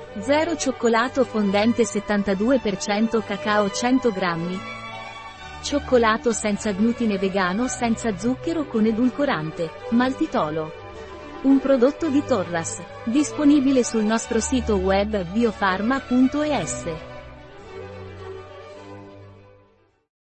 0 cioccolato fondente 72% cacao 100 grammi. Cioccolato senza glutine vegano senza zucchero con edulcorante, maltitolo. Un prodotto di Torras. Disponibile sul nostro sito web biofarma.es.